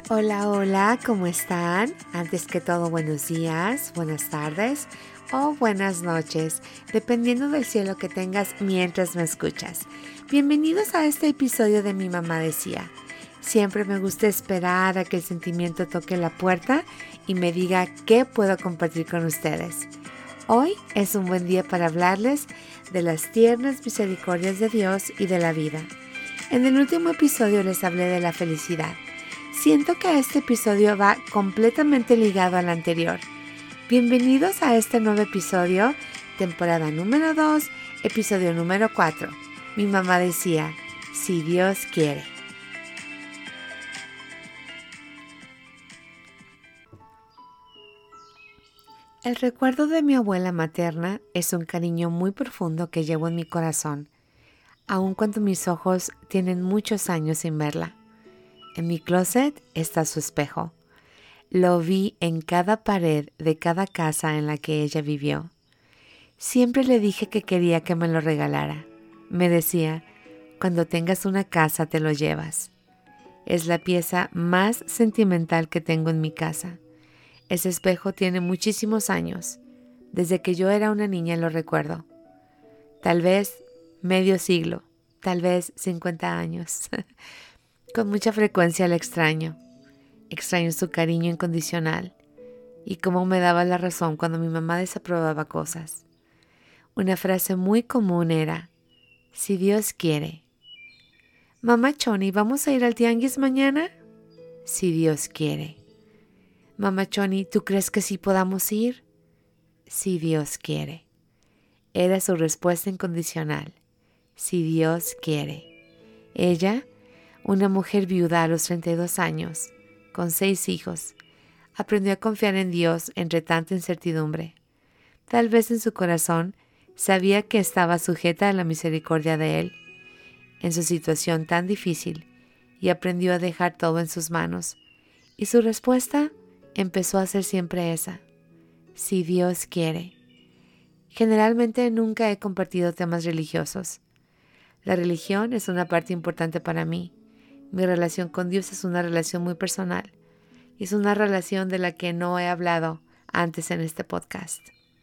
Hola, hola, ¿cómo están? Antes que todo, buenos días, buenas tardes o buenas noches, dependiendo del cielo que tengas mientras me escuchas. Bienvenidos a este episodio de Mi Mamá Decía. Siempre me gusta esperar a que el sentimiento toque la puerta y me diga qué puedo compartir con ustedes. Hoy es un buen día para hablarles de las tiernas misericordias de Dios y de la vida. En el último episodio les hablé de la felicidad. Siento que este episodio va completamente ligado al anterior. Bienvenidos a este nuevo episodio, temporada número 2, episodio número 4. Mi mamá decía, si Dios quiere. El recuerdo de mi abuela materna es un cariño muy profundo que llevo en mi corazón, aun cuando mis ojos tienen muchos años sin verla. En mi closet está su espejo. Lo vi en cada pared de cada casa en la que ella vivió. Siempre le dije que quería que me lo regalara. Me decía, cuando tengas una casa te lo llevas. Es la pieza más sentimental que tengo en mi casa. Ese espejo tiene muchísimos años. Desde que yo era una niña lo recuerdo. Tal vez medio siglo, tal vez 50 años. Con mucha frecuencia la extraño. Extraño su cariño incondicional y cómo me daba la razón cuando mi mamá desaprobaba cosas. Una frase muy común era, si Dios quiere. Mamá Choni, ¿vamos a ir al tianguis mañana? Si Dios quiere. Mamá Choni, ¿tú crees que sí podamos ir? Si Dios quiere. Era su respuesta incondicional. Si Dios quiere. Ella, una mujer viuda a los 32 años, con 6 hijos, aprendió a confiar en Dios entre tanta incertidumbre. Tal vez en su corazón sabía que estaba sujeta a la misericordia de Él en su situación tan difícil y aprendió a dejar todo en sus manos. Y su respuesta empezó a ser siempre esa, si Dios quiere. Generalmente nunca he compartido temas religiosos. La religión es una parte importante para mí. Mi relación con Dios es una relación muy personal. Y es una relación de la que no he hablado antes en este podcast.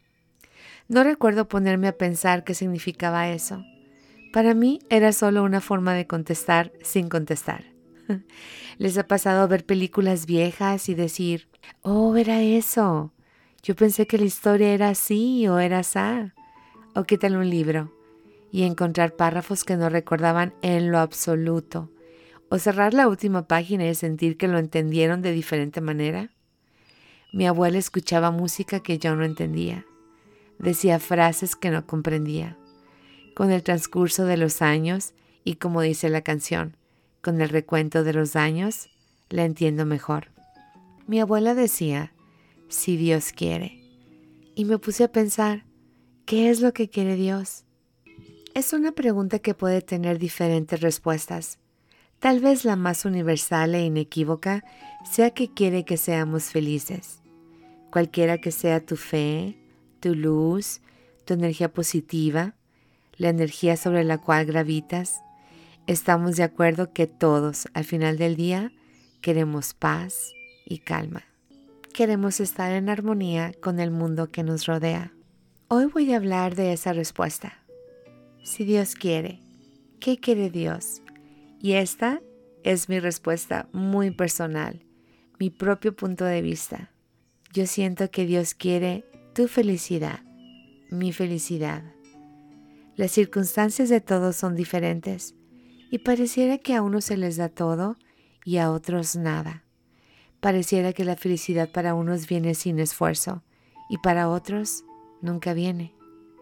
No recuerdo ponerme a pensar qué significaba eso. Para mí era solo una forma de contestar sin contestar. ¿Les ha pasado ver películas viejas y decir, oh, era eso? Yo pensé que la historia era así o era asá. ¿O qué tal un libro? Y encontrar párrafos que no recordaban en lo absoluto. ¿O cerrar la última página y sentir que lo entendieron de diferente manera? Mi abuela escuchaba música que yo no entendía. Decía frases que no comprendía. Con el transcurso de los años, y como dice la canción, con el recuento de los años, la entiendo mejor. Mi abuela decía, si Dios quiere. Y me puse a pensar, ¿qué es lo que quiere Dios? Es una pregunta que puede tener diferentes respuestas. Tal vez la más universal e inequívoca sea que quiere que seamos felices. Cualquiera que sea tu fe, tu luz, tu energía positiva, la energía sobre la cual gravitas, estamos de acuerdo que todos, al final del día, queremos paz y calma. Queremos estar en armonía con el mundo que nos rodea. Hoy voy a hablar de esa respuesta. Si Dios quiere, ¿qué quiere Dios? Y esta es mi respuesta muy personal, mi propio punto de vista. Yo siento que Dios quiere tu felicidad, mi felicidad. Las circunstancias de todos son diferentes y pareciera que a unos se les da todo y a otros nada. Pareciera que la felicidad para unos viene sin esfuerzo y para otros nunca viene.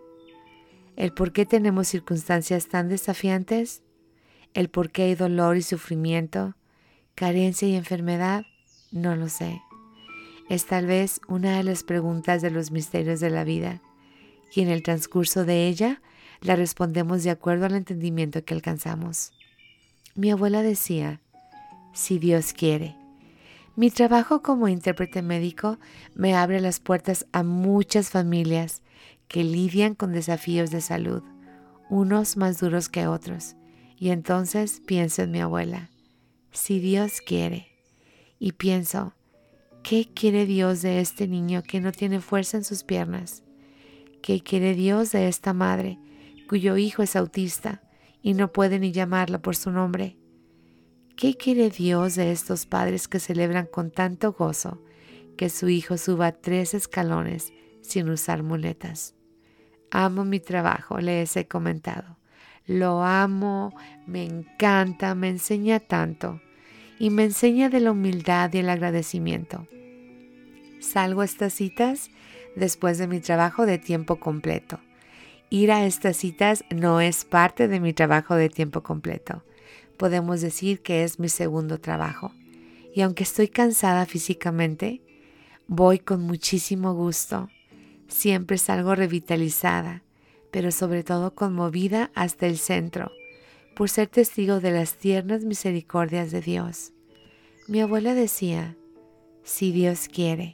¿El por qué tenemos circunstancias tan desafiantes? ¿El por qué hay dolor y sufrimiento, carencia y enfermedad? No lo sé. Es tal vez una de las preguntas de los misterios de la vida, y en el transcurso de ella la respondemos de acuerdo al entendimiento que alcanzamos. Mi abuela decía, si Dios quiere. Mi trabajo como intérprete médico me abre las puertas a muchas familias que lidian con desafíos de salud, unos más duros que otros. Y entonces pienso en mi abuela, si Dios quiere. y pienso, ¿qué quiere Dios de este niño que no tiene fuerza en sus piernas? ¿Qué quiere Dios de esta madre cuyo hijo es autista y no puede ni llamarla por su nombre? ¿Qué quiere Dios de estos padres que celebran con tanto gozo que su hijo suba 3 escalones sin usar muletas? Amo mi trabajo, les he comentado. Lo amo, me encanta, me enseña tanto y me enseña de la humildad y el agradecimiento. Salgo a estas citas después de mi trabajo de tiempo completo. Ir a estas citas no es parte de mi trabajo de tiempo completo. Podemos decir que es mi segundo trabajo. Y aunque estoy cansada físicamente, voy con muchísimo gusto. Siempre salgo revitalizada, pero sobre todo conmovida hasta el centro, por ser testigo de las tiernas misericordias de Dios. Mi abuela decía, si Dios quiere.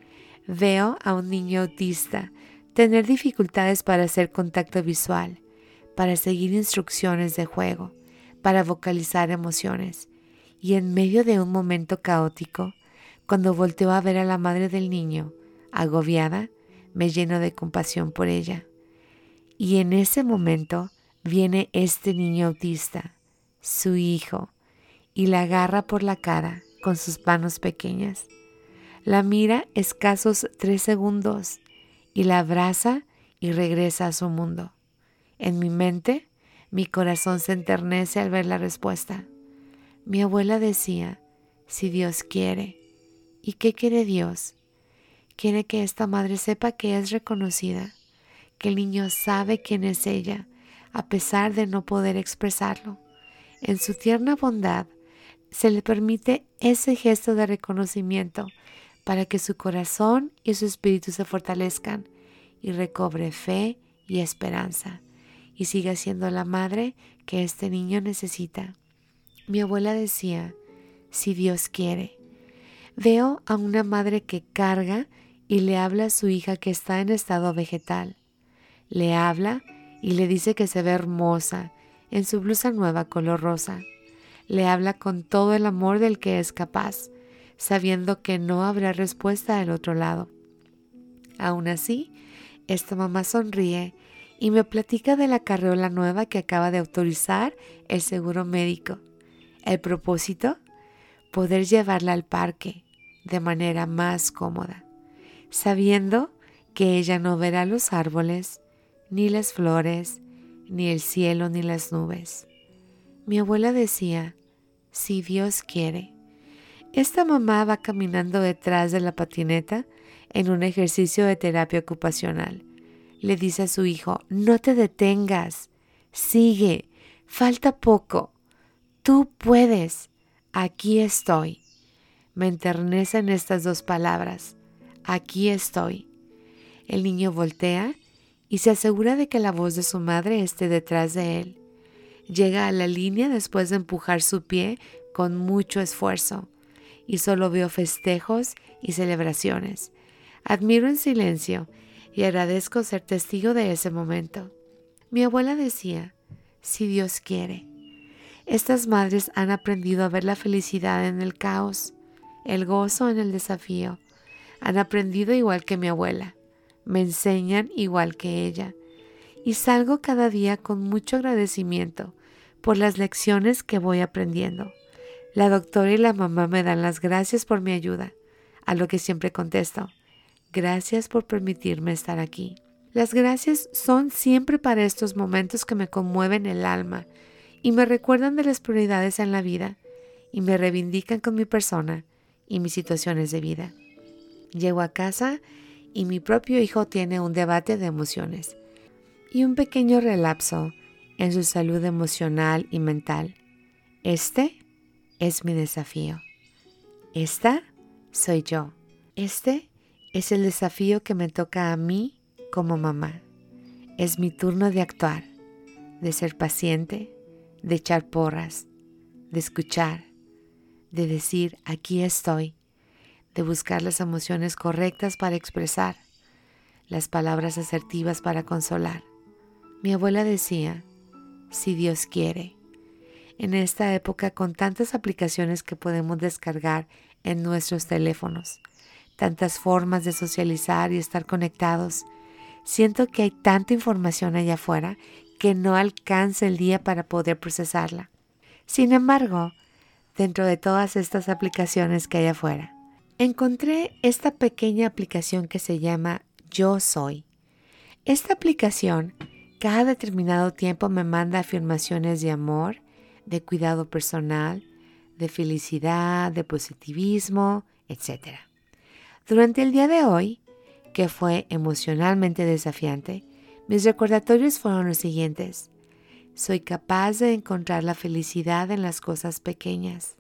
Veo a un niño autista tener dificultades para hacer contacto visual, para seguir instrucciones de juego, para vocalizar emociones. Y en medio de un momento caótico, cuando volteo a ver a la madre del niño, agobiada, me lleno de compasión por ella. Y en ese momento viene este niño autista, su hijo, y la agarra por la cara con sus manos pequeñas. La mira escasos 3 segundos y la abraza y regresa a su mundo. En mi mente, mi corazón se enternece al ver la respuesta. Mi abuela decía, si Dios quiere. ¿Y qué quiere Dios? Quiere que esta madre sepa que es reconocida, que el niño sabe quién es ella, a pesar de no poder expresarlo. En su tierna bondad, se le permite ese gesto de reconocimiento para que su corazón y su espíritu se fortalezcan y recobre fe y esperanza y siga siendo la madre que este niño necesita. Mi abuela decía, si Dios quiere. Veo a una madre que carga y le habla a su hija que está en estado vegetal. Le habla y le dice que se ve hermosa en su blusa nueva color rosa. Le habla con todo el amor del que es capaz, sabiendo que no habrá respuesta del otro lado. Aún así, esta mamá sonríe y me platica de la carreola nueva que acaba de autorizar el seguro médico. El propósito, poder llevarla al parque de manera más cómoda, sabiendo que ella no verá los árboles, ni las flores, ni el cielo, ni las nubes. Mi abuela decía, si Dios quiere. Esta mamá va caminando detrás de la patineta en un ejercicio de terapia ocupacional. Le dice a su hijo, no te detengas, sigue, falta poco, tú puedes, aquí estoy. Me enternecen estas 2 palabras, aquí estoy. El niño voltea y se asegura de que la voz de su madre esté detrás de él. Llega a la línea después de empujar su pie con mucho esfuerzo y solo veo festejos y celebraciones. Admiro en silencio y agradezco ser testigo de ese momento. Mi abuela decía, si Dios quiere. Estas madres han aprendido a ver la felicidad en el caos, el gozo en el desafío. Han aprendido igual que mi abuela. Me enseñan igual que ella. Y salgo cada día con mucho agradecimiento por las lecciones que voy aprendiendo. La doctora y la mamá me dan las gracias por mi ayuda, a lo que siempre contesto, gracias por permitirme estar aquí. Las gracias son siempre para estos momentos que me conmueven el alma y me recuerdan de las prioridades en la vida y me reivindican con mi persona y mis situaciones de vida. Llego a casa y mi propio hijo tiene un debate de emociones y un pequeño relapso en su salud emocional y mental. Este es mi desafío. Esta soy yo. Este es el desafío que me toca a mí como mamá. Es mi turno de actuar, de ser paciente, de echar porras, de escuchar, de decir aquí estoy, de buscar las emociones correctas para expresar, las palabras asertivas para consolar. Mi abuela decía, si Dios quiere. En esta época con tantas aplicaciones que podemos descargar en nuestros teléfonos, tantas formas de socializar y estar conectados. Siento que hay tanta información allá afuera que no alcanza el día para poder procesarla. Sin embargo, dentro de todas estas aplicaciones que hay afuera, encontré esta pequeña aplicación que se llama Yo Soy. Esta aplicación cada determinado tiempo me manda afirmaciones de amor, de cuidado personal, de felicidad, de positivismo, etc. Durante el día de hoy, que fue emocionalmente desafiante, mis recordatorios fueron los siguientes. Soy capaz de encontrar la felicidad en las cosas pequeñas.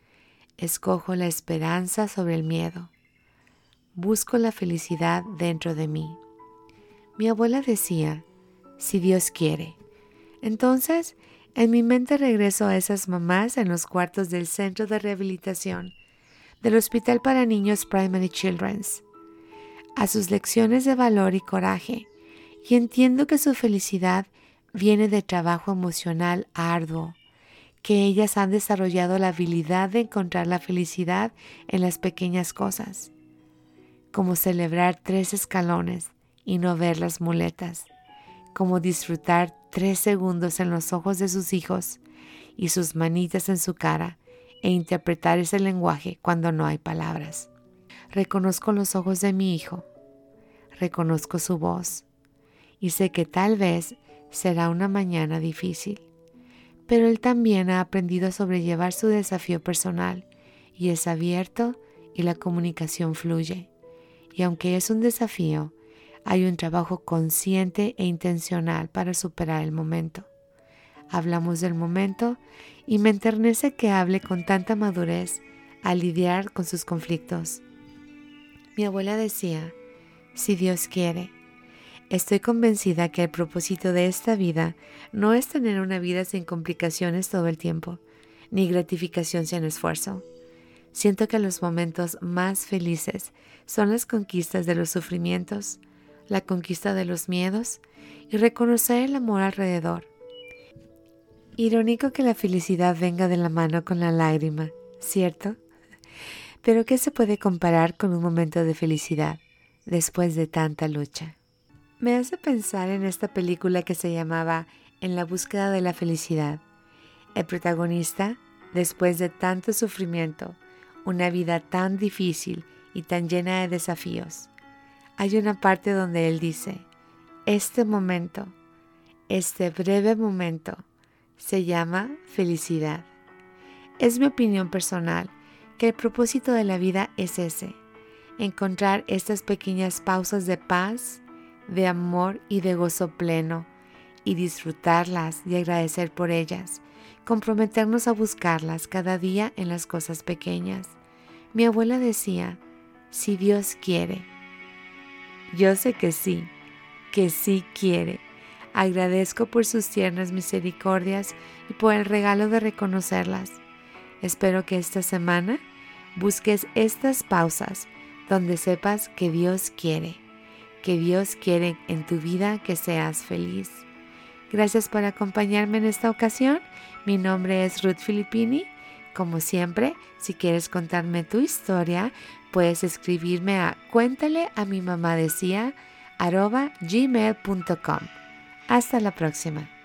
Escojo la esperanza sobre el miedo. Busco la felicidad dentro de mí. Mi abuela decía, si Dios quiere. Entonces, en mi mente regreso a esas mamás en los cuartos del Centro de Rehabilitación del Hospital para Niños Primary Children's, a sus lecciones de valor y coraje, y entiendo que su felicidad viene de trabajo emocional arduo, que ellas han desarrollado la habilidad de encontrar la felicidad en las pequeñas cosas, como celebrar 3 escalones y no ver las muletas, como disfrutar 3 segundos en los ojos de sus hijos y sus manitas en su cara e interpretar ese lenguaje cuando no hay palabras. Reconozco los ojos de mi hijo, reconozco su voz y sé que tal vez será una mañana difícil, pero él también ha aprendido a sobrellevar su desafío personal y es abierto y la comunicación fluye. Y aunque es un desafío, hay un trabajo consciente e intencional para superar el momento. Hablamos del momento y me enternece que hable con tanta madurez al lidiar con sus conflictos. Mi abuela decía, si Dios quiere. Estoy convencida que el propósito de esta vida no es tener una vida sin complicaciones todo el tiempo, ni gratificación sin esfuerzo. Siento que los momentos más felices son las conquistas de los sufrimientos, la conquista de los miedos y reconocer el amor alrededor. Irónico que la felicidad venga de la mano con la lágrima, ¿cierto? Pero ¿qué se puede comparar con un momento de felicidad después de tanta lucha? Me hace pensar en esta película que se llamaba En la búsqueda de la felicidad. El protagonista, después de tanto sufrimiento, una vida tan difícil y tan llena de desafíos, hay una parte donde él dice, este momento, este breve momento, se llama felicidad. Es mi opinión personal que el propósito de la vida es ese, encontrar estas pequeñas pausas de paz, de amor y de gozo pleno, y disfrutarlas y agradecer por ellas, comprometernos a buscarlas cada día en las cosas pequeñas. Mi abuela decía, si Dios quiere. Yo sé que sí quiere. Agradezco por sus tiernas misericordias y por el regalo de reconocerlas. Espero que esta semana busques estas pausas donde sepas que Dios quiere en tu vida que seas feliz. Gracias por acompañarme en esta ocasión. Mi nombre es Ruth Filippini. Como siempre, si quieres contarme tu historia, puedes escribirme a cuéntaleamimamadecía@gmail.com. Hasta la próxima.